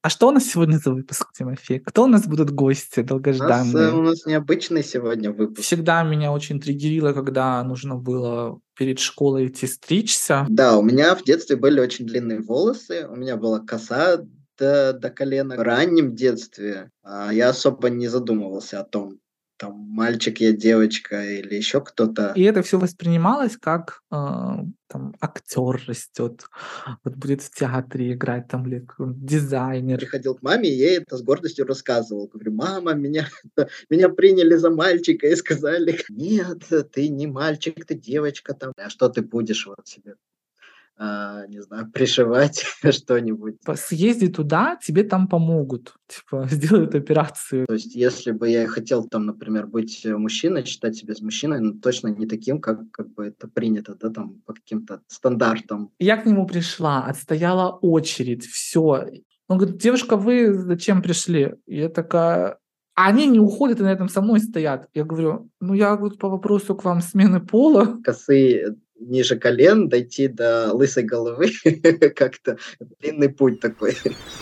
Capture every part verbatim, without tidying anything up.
А что у нас сегодня за выпуск, Тимофей? Кто у нас будут гости У нас, э, у долгожданные? нас необычный сегодня выпуск. Всегда меня очень триггерило, когда нужно было перед школой идти стричься. Да, у меня в детстве были очень длинные волосы, у меня была коса до до колена. В раннем детстве, а, я особо не задумывался о том, там, мальчик я, девочка или еще кто-то. И это все воспринималось как, а, там актер растет, вот будет в театре играть там или какой-нибудь дизайнер. Приходил к маме, и ей это с гордостью рассказывал. Говорю: "Мама, меня меня приняли за мальчика и сказали: "Нет, ты не мальчик, ты девочка там". А что ты будешь вот себе, а, не знаю, пришивать что-нибудь?" По съезди туда, тебе там помогут, типа сделают операцию. То есть, если бы я хотел там, например, быть, э, мужчиной, считать себя мужчиной, но точно не таким, как как бы это принято, да, там, по каким-то стандартам. Я к нему пришла, отстояла очередь, все. Он говорит: "Девушка, вы зачем пришли?" Я такая: "А они не уходят и на этом со мной стоят". Я говорю: "Ну, я вот по вопросу к вам смены пола". Косы, э, ниже колен, дойти до лысой головы как-то длинный путь такой.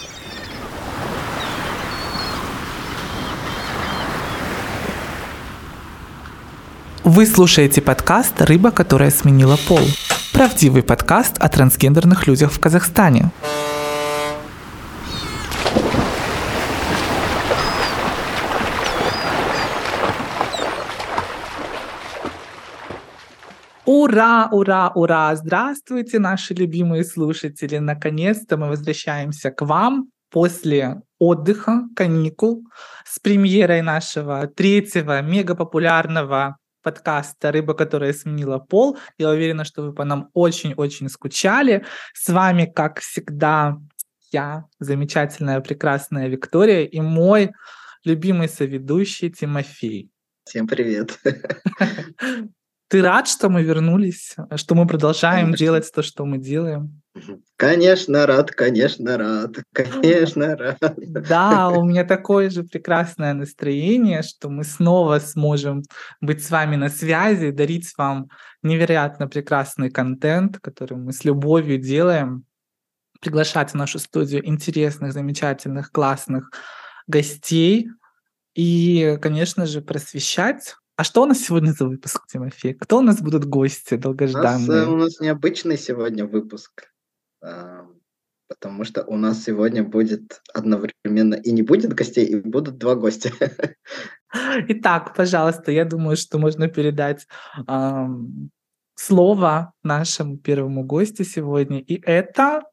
Вы слушаете подкаст «Рыба, которая сменила пол». Правдивый подкаст о трансгендерных людях в Казахстане. Ура, ура, ура! Здравствуйте, наши любимые слушатели! Наконец-то мы возвращаемся к вам после отдыха, каникул, с премьерой нашего третьего мегапопулярного подкаста «Рыба, которая сменила пол». Я уверена, что вы по нам очень-очень скучали. С вами, как всегда, я, замечательная, прекрасная Виктория, и мой любимый соведущий Тимофей. Всем привет. Ты рад, что мы вернулись, что мы продолжаем Конечно. делать то, что мы делаем? Мгм. Конечно, рад, конечно, рад, конечно, рад. Да, у меня такое же прекрасное настроение, что мы снова сможем быть с вами на связи, дарить вам невероятно прекрасный контент, который мы с любовью делаем, приглашать в нашу студию интересных, замечательных, классных гостей и, конечно же, просвещать. А что у нас сегодня за выпуск, Тимофей? Кто у нас будут гости У нас, э, у долгожданные? нас необычный сегодня выпуск, ам, потому что у нас сегодня будет одновременно и не будет гостей, и будут два гостя. Итак, пожалуйста, я думаю, что можно передать, ам, слово нашему первому гостю сегодня. И это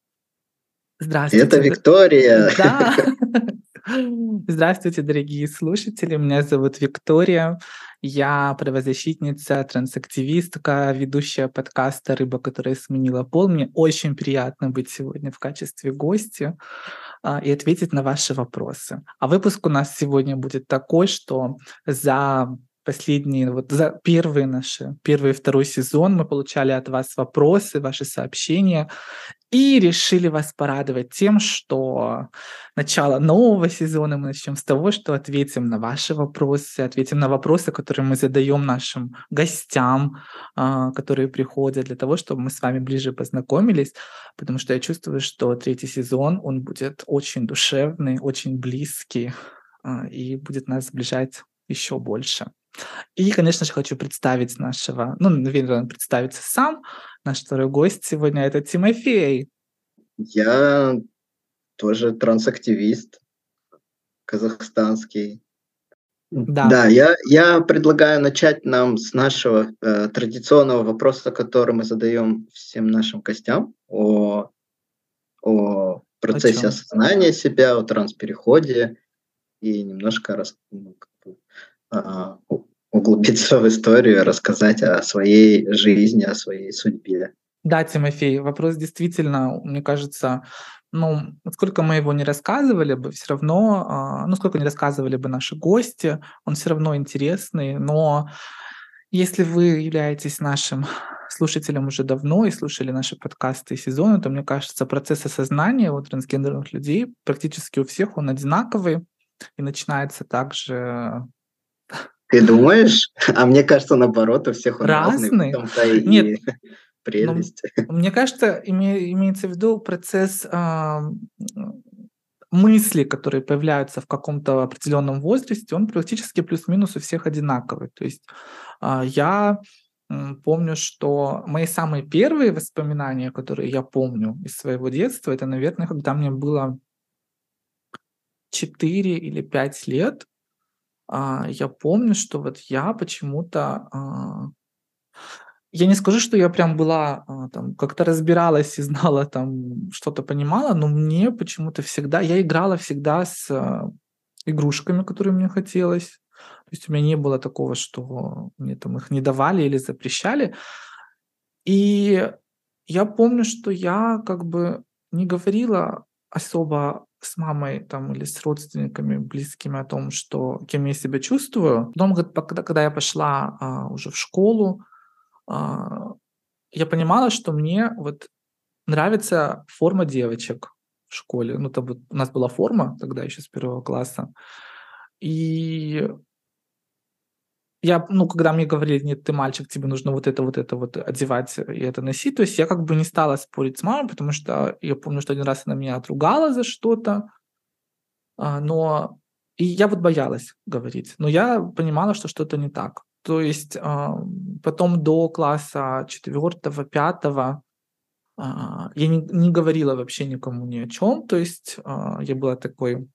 Это здравствуйте, д Виктория. да. Здравствуйте, дорогие слушатели. Меня зовут Виктория. Я правозащитница, трансактивистка, ведущая подкаста "Рыба, которая сменила пол". Мне очень приятно быть сегодня в качестве гостя, а, и ответить на ваши вопросы. А выпуск у нас сегодня будет такой, что за последние, вот за первые наши, первый и второй сезон мы получали от вас вопросы, ваши сообщения и решили вас порадовать тем, что начало нового сезона мы начнем с того, что ответим на ваши вопросы, ответим на вопросы, которые мы задаем нашим гостям, а, которые приходят, для того, чтобы мы с вами ближе познакомились, потому что я чувствую, что третий сезон, он будет очень душевный, очень близкий, а, и будет нас сближать еще больше. И, конечно же, хочу представить нашего, ну, наверное, он представится сам. Наш второй гость сегодня — это Тимофей. Я тоже трансактивист казахстанский. М, Да, да, я я предлагаю начать нам с нашего, э, традиционного вопроса, который мы задаем всем нашим гостям, о о о процессе чем? осознания себя, о транспереходе и немножко рас ну, как бы, а, у углубиться в историю, рассказать о своей жизни, о своей судьбе. Да, Тимофей, вопрос действительно, мне кажется, ну, вот сколько мы его не рассказывали бы, все равно, а, ну, сколько не рассказывали бы наши гости, он все равно интересный. Но если вы являетесь нашим слушателем уже давно и слушали наши подкасты и сезоны, то, мне кажется, процесс осознания у трансгендерных людей практически у всех он одинаковый и начинается также Ты думаешь? А мне кажется, наоборот, у всех он разный, в разный. этом-то Нет, и ну, прелесть. мне кажется, име имеется в виду процесс, ам, м, мысли, которые появляются в каком-то определенном возрасте, он практически плюс-минус у всех одинаковый. То есть а, я м, помню, что мои самые первые воспоминания, которые я помню из своего детства, это, наверное, когда мне было четыре или пять лет. А, я помню, что вот я почему-то, а, я не скажу, что я прям была, а, там, как-то разбиралась и знала, там, что-то понимала, но мне почему-то всегда я играла всегда с, а, игрушками, которые мне хотелось. То есть у меня не было такого, что мне там их не давали или запрещали. И я помню, что я как бы не говорила особо с мамой там или с родственниками близкими о том, что кем я себя чувствую. Потом, г когда когда я пошла, а, уже в школу, а, я понимала, что мне вот нравится форма девочек в школе. Ну, там вот у нас была форма тогда еще с первого класса. И я, ну, когда мне говорили: "Нет, ты мальчик, тебе нужно вот это, вот это вот одевать и это носить". То есть я как бы не стала спорить с мамой, потому что я помню, что один раз она меня отругала за что-то, а, но и я вот боялась говорить, но я понимала, что что-то не так. То есть, ам, потом до класса четвертого, пятого а, я не не говорила вообще никому ни о чем. То есть, а, я была такой,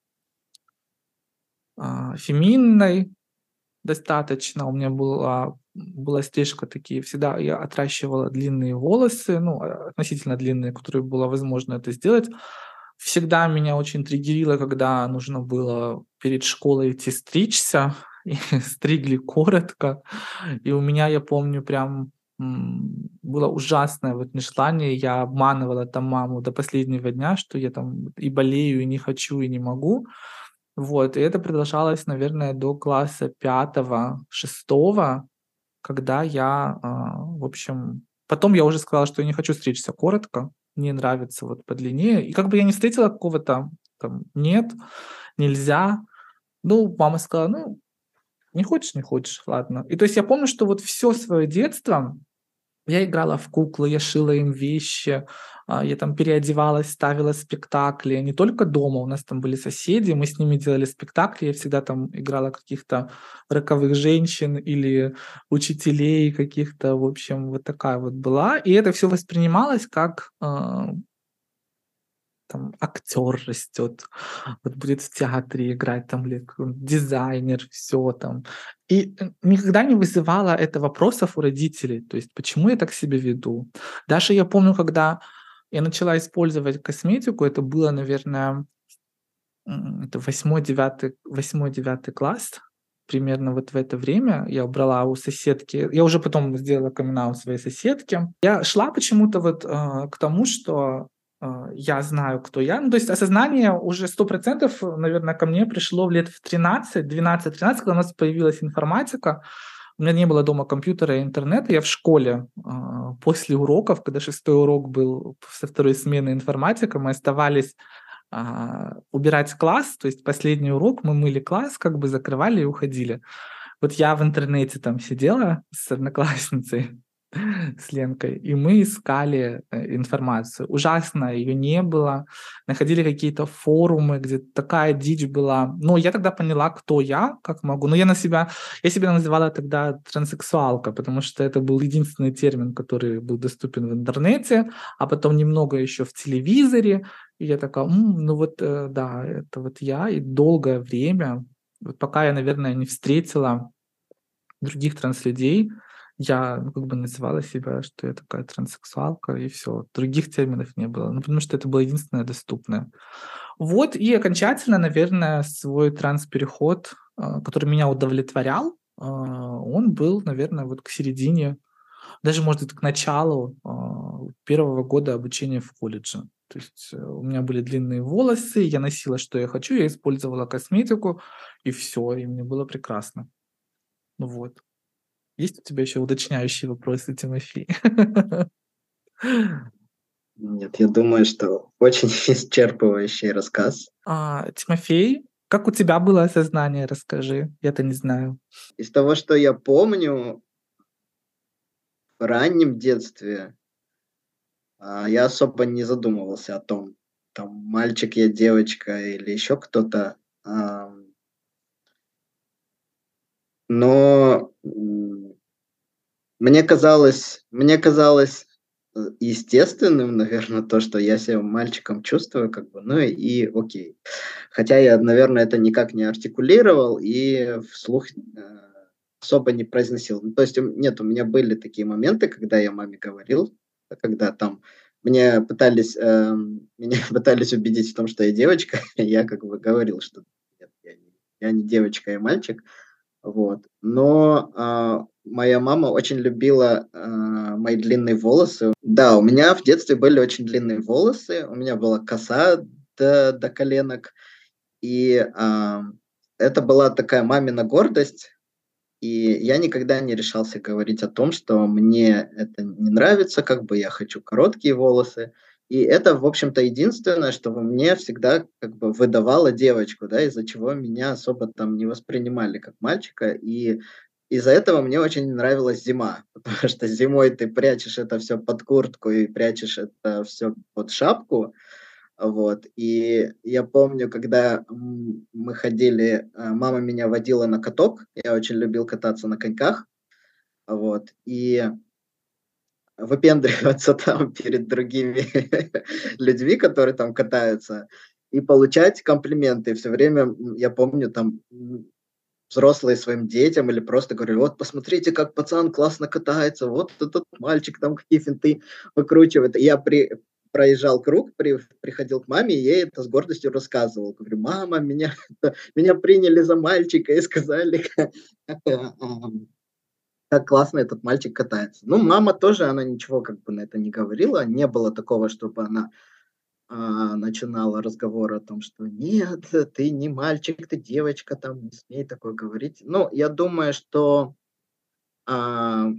а, феминной, достаточно. У меня была была стрижка такие, всегда я отращивала длинные волосы, ну, а, относительно длинные, которые было возможно это сделать. Всегда меня очень триггерило, когда нужно было перед школой идти стричься, и стригли коротко. И у меня, я помню, прям, м, было ужасное вот нежелание. Я обманывала там маму до последнего дня, что я там и болею, и не хочу, и не могу. Вот, и это продолжалось, наверное, до класса пятого, шестого, когда я, а, в общем потом я уже сказала, что я не хочу стричься коротко, мне нравится вот подлиннее. И как бы я не встретила какого-то там: "Нет, нельзя". Ну, мама сказала: "Ну, не хочешь- не хочешь, ладно". И то есть я помню, что вот все свое детство я играла в куклы, я шила им вещи, а, я там переодевалась, ставила спектакли. Не только дома, у нас там были соседи, мы с ними делали спектакли. Я всегда там играла каких-то роковых женщин или учителей каких-то. В общем, вот такая вот была. И это все воспринималось как, а, там актер растет, вот будет в театре играть там или какой-нибудь дизайнер, все там. И, э, никогда не вызывало это вопросов у родителей, то есть почему я так себя веду. Даже я помню, когда я начала использовать косметику, это было, наверное, м, это восьмой девятый восьмой девятый класс, примерно вот в это время я брала у соседки, я уже потом сделала камин своей соседке. Я шла почему-то вот, а, к тому, что, а, я знаю, кто я. Ну, то есть осознание уже сто процентов, наверное, ко мне пришло в лет в тринадцать, двенадцать-тринадцать, когда у нас появилась информатика. У меня не было дома компьютера и интернета. Я в школе, а, после уроков, когда шестой урок был со второй смены информатика, мы оставались, а, убирать класс, то есть последний урок мы мыли класс, как бы закрывали и уходили. Вот я в интернете там сидела с одноклассницей, с Ленкой, и мы искали, э, информацию. Ужасно, ее не было. Находили какие-то форумы, где такая дичь была. Но я тогда поняла, кто я, как могу. Но я на себя я себя называла тогда транссексуалка, потому что это был единственный термин, который был доступен в интернете, а потом немного еще в телевизоре. И я такая: "М, ну вот, э, да, это вот я". И долгое время, вот пока я, наверное, не встретила других транслюдей, я, ну, как бы называла себя, что я такая транссексуалка, и все. Других терминов не было. Ну, потому что это было единственное доступное. Вот и окончательно, наверное, свой транспереход, а, который меня удовлетворял, а, он был, наверное, вот к середине, даже, может быть, к началу, а, первого года обучения в колледже. То есть, э, у меня были длинные волосы, я носила, что я хочу, я использовала косметику, и все, и мне было прекрасно. Ну вот. Есть у тебя еще уточняющие вопросы, Тимофей? Нет, я думаю, что очень исчерпывающий рассказ. А, Тимофей, как у тебя было осознание, расскажи. Я-то не знаю. Из того, что я помню, в раннем детстве, а, я особо не задумывался о том, там мальчик, я девочка или еще кто-то. Ам но, м мне казалось мне казалось, э, естественным, наверно, то, что я себя мальчиком чувствую, как бы, ну и окей. Хотя я, наверно, это никак не артикулировал и вслух, э, особо не произносил. Ну, то есть, у м нет, у меня были такие моменты, когда я маме говорил, когда там мне пытались, эм, меня пытались убедить в том, что я девочка. Я как бы говорил, что нет, я не я не девочка, я мальчик. Вот. Но, а, моя мама очень любила, а, мои длинные волосы. Да, у меня в детстве были очень длинные волосы, у меня была коса до до коленок, и, ам, это была такая мамина гордость. И я никогда не решался говорить о том, что мне это не нравится, как бы я хочу короткие волосы. И это, в общем-то, единственное, что во мне всегда как бы выдавало девочку, да, из-за чего меня особо там не воспринимали как мальчика. И из-за этого мне очень не нравилась зима, потому что зимой ты прячешь это всё под куртку и прячешь это всё под шапку. Вот. И я помню, когда, м, мы ходили, а, мама меня водила на каток, я очень любил кататься на коньках. Вот. И выпендриваться там перед другими людьми, которые там катаются, и получать комплименты. Всё время, м, я помню, там, м, взрослые своим детям или просто говорили: "Вот посмотрите, как пацан классно катается, вот этот мальчик там какие финты выкручивает". И я при проезжал круг, при приходил к маме, и ей это с гордостью рассказывал. Говорю: "Мама, меня это меня приняли за мальчика и сказали, как это, ам, как классно этот мальчик катается". Ну, мама тоже, она ничего как бы на это не говорила. Не было такого, чтобы она, а, начинала разговор о том, что: "Нет, ты не мальчик, ты девочка, там, не смей такое говорить". Ну, я думаю, что, а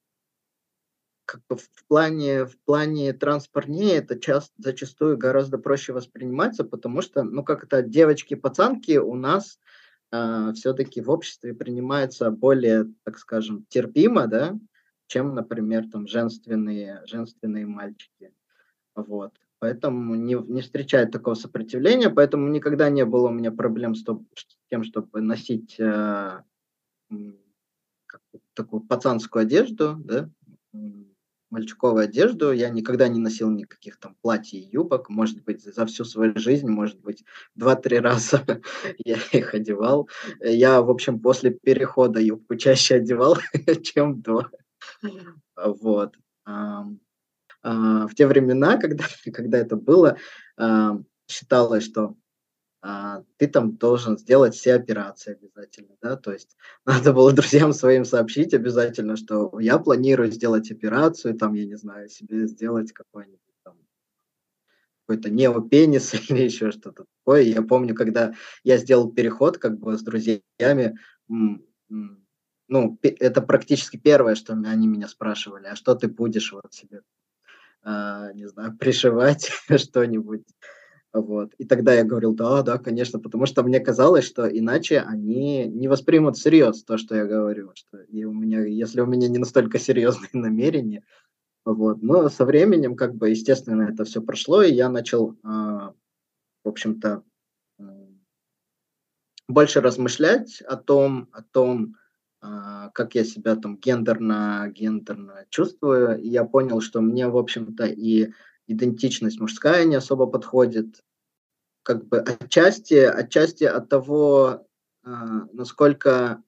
как бы в плане в плане транспортнее это част зачастую гораздо проще воспринимается, потому что, ну, как это, девочки-пацанки у нас, а, всё-таки в обществе принимаются более, так скажем, терпимо, да, чем, например, там женственные женственные мальчики. Вот. Поэтому не в не встречаю такого сопротивления, поэтому никогда не было у меня проблем с том с тем, чтобы носить, а, м, как вот такую пацанскую одежду, да, м, мальчуковую одежду. Я никогда не носил никаких там платьев и юбок. Может быть, за всю свою жизнь, может быть, два три раза я их одевал. Я, в общем, после перехода юбку чаще одевал, чем до. А, вот. Ам, а, в те времена, когда когда это было, ам, считалось, что, а, ты там должен сделать все операции обязательно, да. То есть надо было друзьям своим сообщить обязательно, что я планирую сделать операцию, там, я не знаю, себе сделать какой-нибудь там какой-то неопенис или еще что-то такое. Я помню, когда я сделал переход как бы с друзьями, м, м, ну, пе это практически первое, что м они меня спрашивали: "А что ты будешь вот себе, а, не знаю, пришивать что-нибудь?" Вот. И тогда я говорил: "Да, да, конечно". Потому что мне казалось, что иначе они не воспримут всерьез то, что я говорю, что и у меня если у меня не настолько серьезные намерения. Вот. Но со временем, как бы, естественно, это всё прошло, и я начал, а, в общем-то, м больше размышлять о том о том, а, как я себя там гендерно гендерно чувствую. И я понял, что мне, в общем-то, и идентичность мужская не особо подходит. Как бы отчасти отчасти от того, а, насколько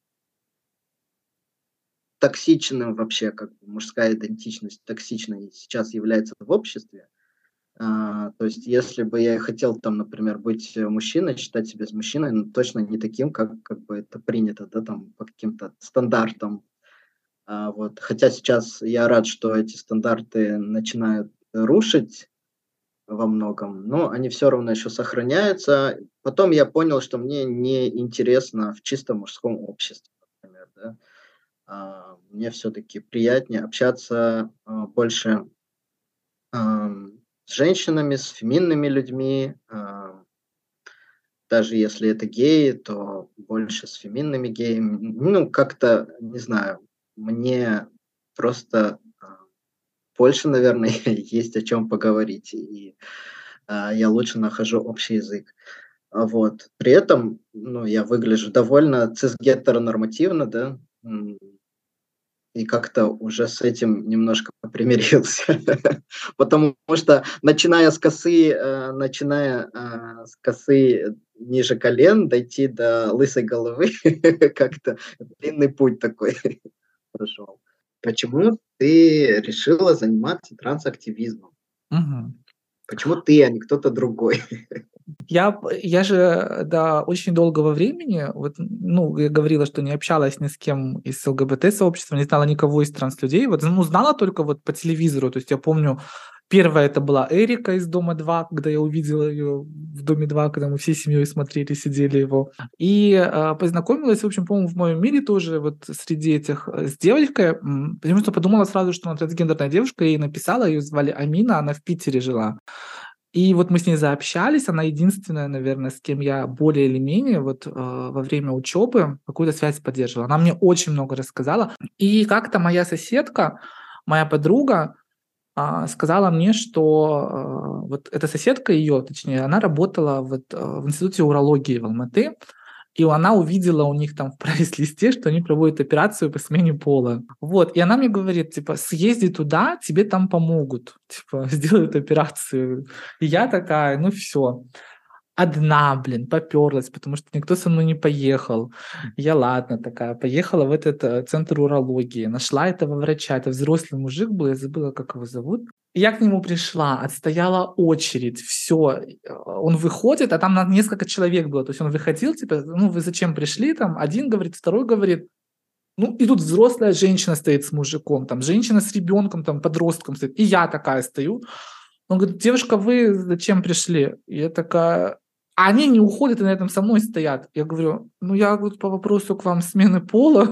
токсичным вообще, как бы, мужская идентичность токсичной сейчас является в обществе. А, то есть если бы я и хотел там, например, быть, э, мужчиной, считать себя с мужчиной, но точно не таким, как как бы это принято, да, там, по каким-то стандартам. А, вот. Хотя сейчас я рад, что эти стандарты начинают рушить во многом, но они всё равно еще сохраняются. Потом я понял, что мне не интересно в чисто мужском обществе, например, да. А, мне всё-таки приятнее общаться, а, больше ам, с женщинами, с феминными людьми. А даже если это геи, то больше с феминными геями. Н ну, как-то, не знаю, мне просто, а, больше, наверное, есть о чем поговорить. И а, я лучше нахожу общий язык. А, вот. При этом, ну, я выгляжу довольно цисгетеронормативно, да, м, и как-то уже с этим немножко примирился. Потому что, начиная с косы, э, начиная, а, с косы ниже колен, дойти до лысой головы как-то длинный путь такой прошел. Почему ты решила заниматься трансактивизмом? Мгм. Почему ты, а не кто-то другой? Я п я же до очень долгого времени, вот, ну, я говорила, что не общалась ни с кем из ЛГБТ-сообщества, не знала никого из транс-людей. Вот, ну, знала только вот по телевизору. То есть я помню, первая это была Эрика из "Дома-два", когда я увидела ее в "Доме-два", когда мы всей семьей смотрели, сидели его. И, а, познакомилась, в общем, по-моему, в моем мире тоже вот среди этих, э, с девочкой, м, почему-то подумала сразу, что она трансгендерная девушка, я ей написала, ее звали Амина, она в Питере жила. И вот мы с ней заобщались. Она единственная, наверное, с кем я более или менее вот, э, во время учебы какую-то связь поддерживала. Она мне очень много рассказала. И как-то моя соседка, моя подруга, а, сказала мне, что, э, вот эта соседка ее, точнее, она работала вот, э, в институте урологии в Алматы, и она увидела у них там в прайс-листе, что они проводят операцию по смене пола. Вот, и она мне говорит, типа: "Съезди туда, тебе там помогут, типа сделают операцию". И я такая: "Ну всё". Одна, блин, попёрлась, потому что никто со мной не поехал. Я ладно такая, поехала в этот, э, центр урологии, нашла этого врача. Это взрослый мужик был, я забыла, как его зовут. И я к нему пришла, отстояла очередь, всё. Э, он выходит, а там на несколько человек было. То есть он выходил, типа: "Ну, вы зачем пришли?" Там один говорит, второй говорит. Ну, и тут взрослая женщина стоит с мужиком, там женщина с ребенком, там подростком стоит, и я такая стою. Он говорит: "Девушка, вы зачем пришли?" Я такая а они не уходят, они рядом со мной стоят. Я говорю: "Ну, я вот по вопросу к вам смены пола".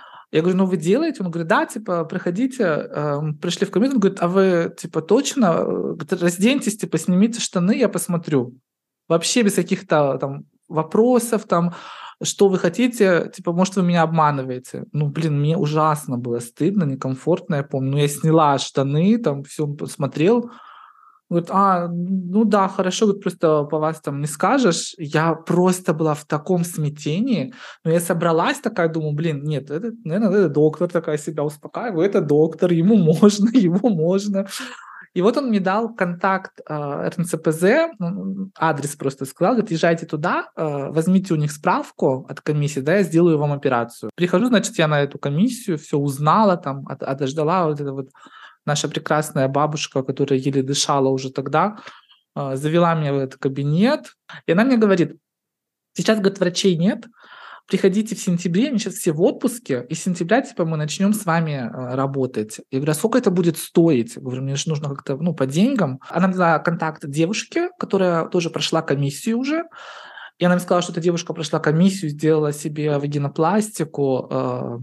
Я говорю: "Ну, вы делаете?" Он говорит: "Да, типа, приходите". Э, мы пришли в кабинет, он говорит: "А вы, типа, точно? Э, говорит, разденьтесь, типа, снимите штаны, я посмотрю". Вообще без каких-то там вопросов, там, что вы хотите, типа, может, вы меня обманываете. Ну, блин, мне ужасно было стыдно, некомфортно, я помню. Ну, я сняла штаны, там всё, он посмотрел. Говорит: "А, ну да, хорошо, говорит, просто по вас там не скажешь". Я просто была в таком смятении. Но я собралась такая, думаю: "Блин, нет, этот, наверно, этот доктор". Такая себя успокаиваю: "Это доктор, ему можно, ему можно". И вот он мне дал контакт, а, эр эн цэ пэ зэ, м, адрес просто сказал, говорит: "Езжайте туда, э, возьмите у них справку от комиссии, да, я сделаю вам операцию". Прихожу, значит, я на эту комиссию, всё узнала там, от отождала. Вот эта вот наша прекрасная бабушка, которая еле дышала уже тогда, а, завела меня в этот кабинет, и она мне говорит: "Сейчас, говорит, врачей нет, приходите в сентябре, они щас все в отпуске, и с сентября, типа, мы начнем с вами, э, работать". Я говорю: "А сколько это будет стоить?" Я говорю: "Мне же нужно как-то, ну, по деньгам". Она мне дала контакт девушки, которая тоже прошла комиссию уже. И она мне сказала, что эта девушка прошла комиссию, сделала себе вагинопластику, э,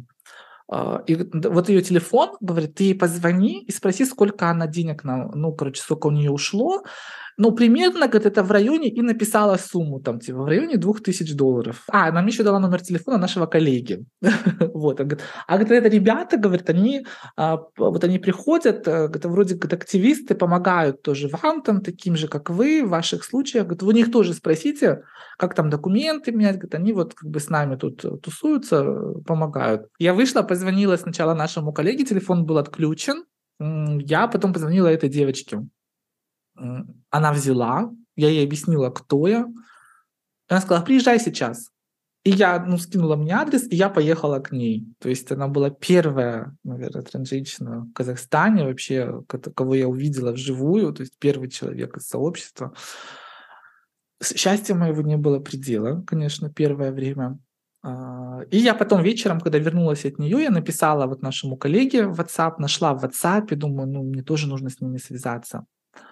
э, и вот д вот ее телефон, говорит: "Ты ей позвони и спроси, сколько она денег на ну, короче, сколько у нее ушло. Ну, примерно, говорит, это в районе", и написала сумму там, типа, в районе двух тысяч долларов. А, она мне еще дала номер телефона нашего коллеги. Вот, он говорит, а, говорит, это ребята, говорит, они, а, п вот они приходят, э, говорит, вроде как активисты, помогают тоже вам, там, таким же, как вы, в ваших случаях. Говорит, вы у них тоже спросите, как там документы менять. Говорит, они вот как бы с нами тут тусуются, э, помогают. Я вышла, позвонила сначала нашему коллеге, телефон был отключен. М, я потом позвонила этой девочке. М, она взяла, я ей объяснила, кто я. Она сказала: "Приезжай сейчас". И я, ну, скинула мне адрес, и я поехала к ней. То есть она была первая, наверно, транс-женщина в Казахстане вообще, кото кого я увидела вживую, то есть первый человек из сообщества. С счастью моего не было предела, конечно, первое время. А, и я потом вечером, когда вернулась от нее, я написала вот нашему коллеге в WhatsApp, нашла в "Ватсапе", думаю, ну, мне тоже нужно с ними связаться.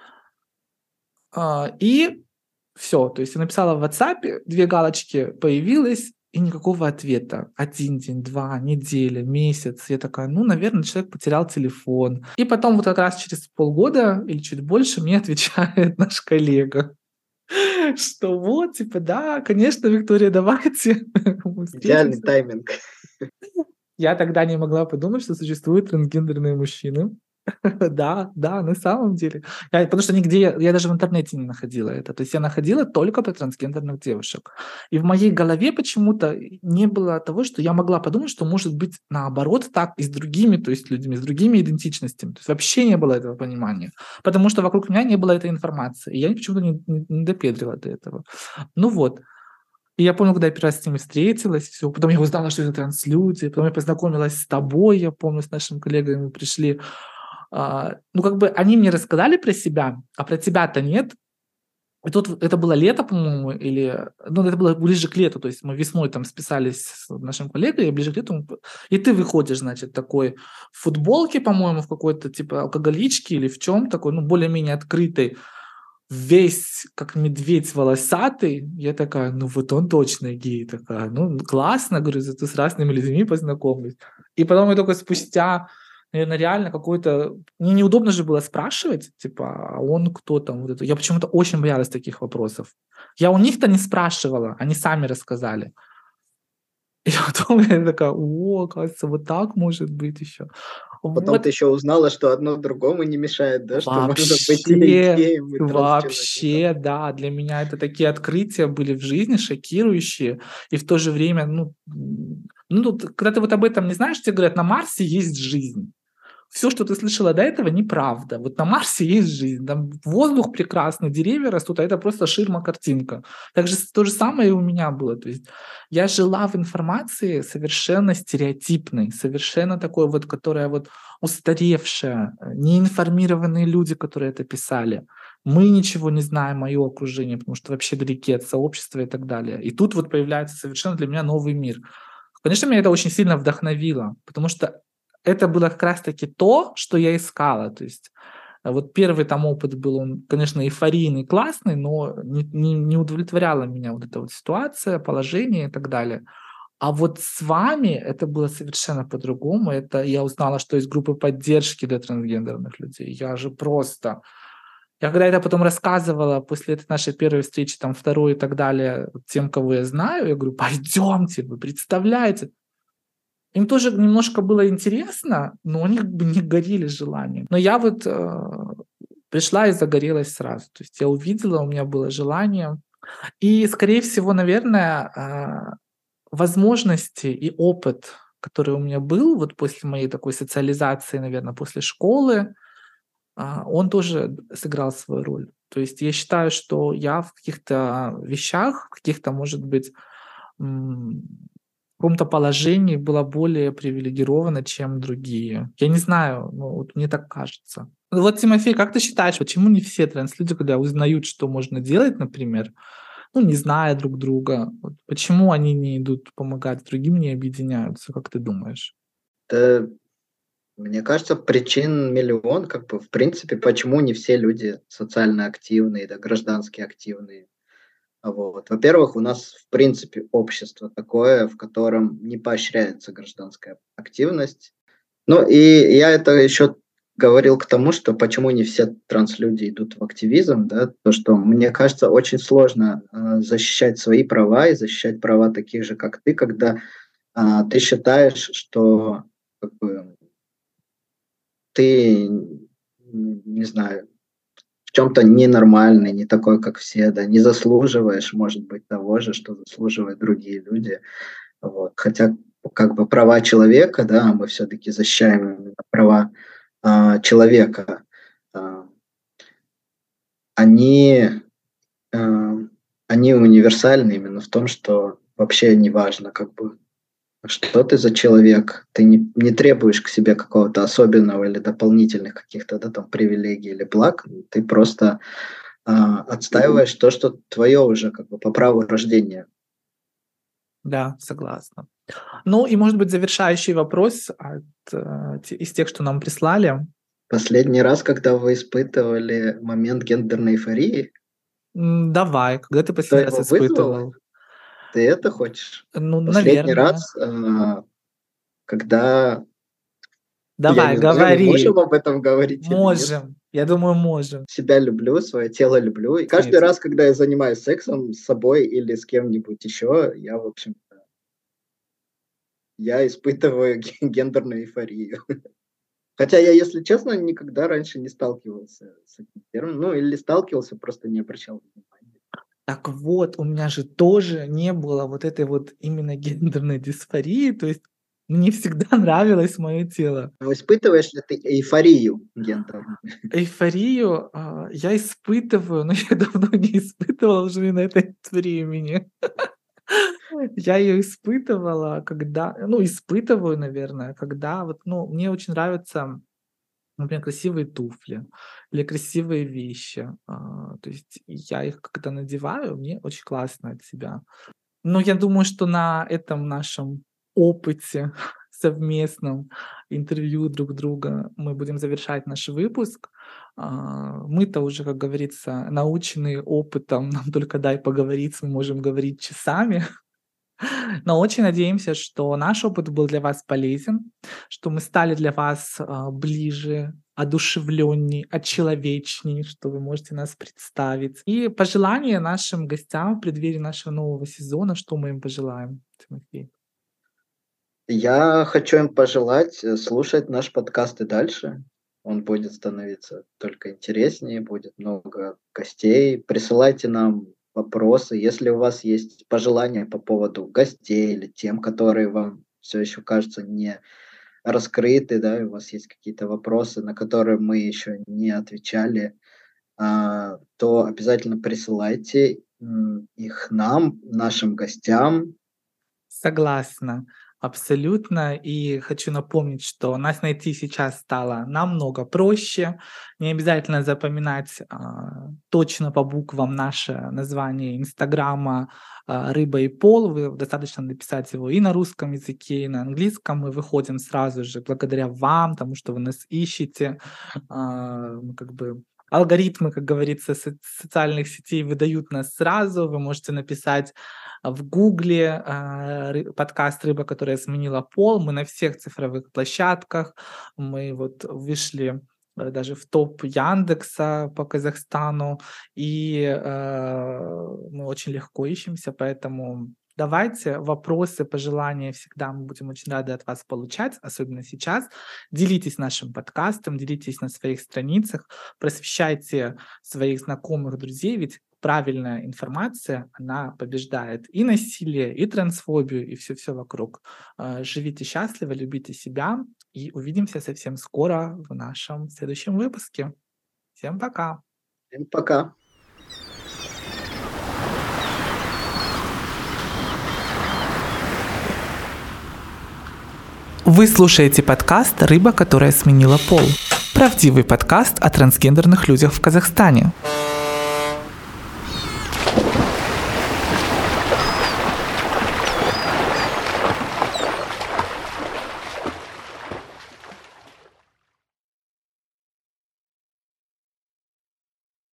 А, и всё. То есть я написала в "Ватсапе", две галочки, появилось, и никакого ответа. один день, два, неделя, месяц. Я такая: "Ну, наверно, человек потерял телефон". И потом вот как раз через полгода или чуть больше мне отвечает наш коллега, что вот, типа, да, конечно, Виктория, давайте мы Идеальный встретимся. тайминг. Я тогда не могла подумать, что существуют трансгендерные мужчины. Да, да, на самом деле. Я потому что нигде я я даже в интернете не находила это. То есть я находила только про трансгендерных девушек. И в моей голове почему-то не было того, что я могла подумать, что может быть наоборот так и с другими, то есть людьми, с другими идентичностями. То есть вообще не было этого понимания, потому что вокруг меня не было этой информации. И я почему-то не не не допедрила до этого. Ну вот. И я помню, когда я первый раз с ними встретилась, всё, потом я узнала, что это транслюди, потом я познакомилась с тобой, я помню, с нашим коллегой мы пришли. А, ну, как бы они мне рассказали про себя, а про тебя-то нет. И тут в это было лето, по-моему, или, ну, это было ближе к лету, то есть мы весной там списались с нашим коллегой, и ближе к лету мы п и ты выходишь, значит, такой в футболке, по-моему, в какой-то типа алкоголичке или в чём такой, ну, более-менее открытой, весь как медведь волосатый. Я такая: "Ну, вот он точно гей". Такая: "Ну, классно", говорю, "зато с разными людьми познакомлюсь". И потом я только спустя, наверно, реально какой-то мне неудобно же было спрашивать, типа: "А он кто там?" Вот это. Я почему-то очень боялась таких вопросов. Я у них-то не спрашивала, они сами рассказали. И потом я такая: "О, оказывается, вот так может быть еще". Потом ты Вот. еще узнала, что одно другому не мешает, да, что можно быть и Вообще, геем, и трансчеловеком. вообще, да, для меня это такие открытия были в жизни шокирующие, и в то же время, ну, м, ну, тут, когда ты вот об этом не знаешь, тебе говорят: "На Марсе есть жизнь". Всё, что ты слышала до этого, неправда. Вот на Марсе есть жизнь, там воздух прекрасный, деревья растут, а это просто ширма-картинка. Так же с то же самое и у меня было. То есть я жила в информации совершенно стереотипной, совершенно такой вот, которая вот устаревшая, э, неинформированные люди, которые это писали. Мы ничего не знаем, моё окружение, потому что вообще далеки от сообщества и так далее. И тут вот появляется совершенно для меня новый мир. Конечно, меня это очень сильно вдохновило, потому что это было как раз таки то, что я искала. То есть, а, вот первый там опыт был, он, конечно, эйфорийный, классный, но не не не удовлетворяла меня вот эта вот ситуация, положение и так далее. А вот с вами это было совершенно по-другому. Это я узнала, что есть группы поддержки для трансгендерных людей. Я же просто я когда это потом рассказывала после этой нашей первой встречи, там второй и так далее тем, кого я знаю, я говорю: "Пойдемте, вы представляете?" Им тоже немножко было интересно, но они как бы не горели желанием. Но я вот, э, пришла и загорелась сразу. То есть я увидела, у меня было желание. И, скорее всего, наверное, а, возможности и опыт, который у меня был вот после моей такой социализации, наверно, после школы, а, он тоже сыграл свою роль. То есть я считаю, что я в каких-то вещах, в каких-то, может быть, м, в каком-то положении была более привилегирована, чем другие. Я не знаю, ну, вот мне так кажется. Ну вот, Тимофей, как ты считаешь, почему не все транслюди, когда узнают, что можно делать, например, ну, не зная друг друга, вот почему они не идут помогать другим, не объединяются, как ты думаешь? Да, мне кажется, причин миллион, как бы, в принципе, почему не все люди социально активные, да, граждански активные. А, вот. Во-первых, у нас, в принципе, общество такое, в котором не поощряется гражданская активность. Ну, и я это еще говорил к тому, что почему не все транслюди идут в активизм, да. То, что, мне кажется, очень сложно, а, защищать свои права и защищать права таких же, как ты, когда, а, ты считаешь, что, как бы ты, н не знаю, в чём-то ненормальный, не такой, как все, да, не заслуживаешь, может быть, того же, что заслуживают другие люди. Вот. Хотя, как бы, права человека, да, мы всё-таки защищаем именно права, а, человека, а они, а, они универсальны именно в том, что вообще неважно, как бы, что ты за человек. Ты не не требуешь к себе какого-то особенного или дополнительных каких-то, да, там привилегий или благ. Ты просто, а, отстаиваешь то, что твое уже, как бы, по праву рождения. Да, согласна. Ну и, может быть, завершающий вопрос от, э, те из тех, что нам прислали. Последний раз, когда вы испытывали момент гендерной эйфории? М, давай, когда ты Что последний раз его вызвало? испытывал? Ты это хочешь? Ну, Последний наверное. раз, а, когда я Давай, не знаю, мы говори. можем об этом говорить или нет? Можем. Я думаю, можем. Себя люблю, свое тело люблю. И каждый Нет. раз, когда я занимаюсь сексом с собой или с кем-нибудь еще, я, в общем-то я испытываю ге гендерную эйфорию. Хотя я, если честно, никогда раньше не сталкивался с этим термином. Ну, или сталкивался, просто не обращал внимания. Так вот, у меня же тоже не было вот этой вот именно гендерной дисфории, то есть мне всегда нравилось мое тело. Но испытываешь ли ты эйфорию гендерную? Эйфорию, а, я испытываю, но я давно не испытывала уже на этой времени. Я ее испытывала, когда, ну, испытываю, наверное, когда вот, ну, мне очень нравятся, например, красивые туфли или красивые вещи. А, то есть я их когда надеваю, мне очень классно от себя. Но я думаю, что на этом нашем опыте совместном интервью друг друга мы будем завершать наш выпуск. А, мы-то уже, как говорится, наученные опытом, нам только дай поговорить, мы можем говорить часами. Но очень надеемся, что наш опыт был для вас полезен, что мы стали для вас а, ближе, одушевленней, очеловечней, что вы можете нас представить. И пожелания нашим гостям в преддверии нашего нового сезона, что мы им пожелаем, Тимофей? Я хочу им пожелать, э, слушать наш подкаст и дальше. Он будет становиться только интереснее, будет много гостей. Присылайте нам вопросы, если у вас есть пожелания по поводу гостей или тем, которые вам все еще кажутся не раскрыты, да, и у вас есть какие-то вопросы, на которые мы еще не отвечали, а, то обязательно присылайте, м, их нам, нашим гостям. Согласна, абсолютно. И хочу напомнить, что нас найти сейчас стало намного проще. Не обязательно запоминать а, точно по буквам наше название Инстаграма а, «Рыба и пол». Вы, достаточно написать его и на русском языке, и на английском. Мы выходим сразу же благодаря вам, тому, что вы нас ищете. А, мы как бы алгоритмы, как говорится, со- социальных сетей выдают нас сразу. Вы можете написать в Гугле а, ры- подкаст «Рыба, которая сменила пол». Мы на всех цифровых площадках. Мы вот вышли э, даже в топ Яндекса по Казахстану. И э, мы очень легко ищемся, поэтому давайте вопросы, пожелания всегда мы будем очень рады от вас получать, особенно сейчас. Делитесь нашим подкастом, делитесь на своих страницах, просвещайте своих знакомых, друзей, ведь правильная информация, она побеждает и насилие, и трансфобию, и все-все вокруг. Э, Живите счастливо, любите себя, и увидимся совсем скоро в нашем следующем выпуске. Всем пока! Всем пока. Вы слушаете подкаст «Рыба, которая сменила пол». Правдивый подкаст о трансгендерных людях в Казахстане.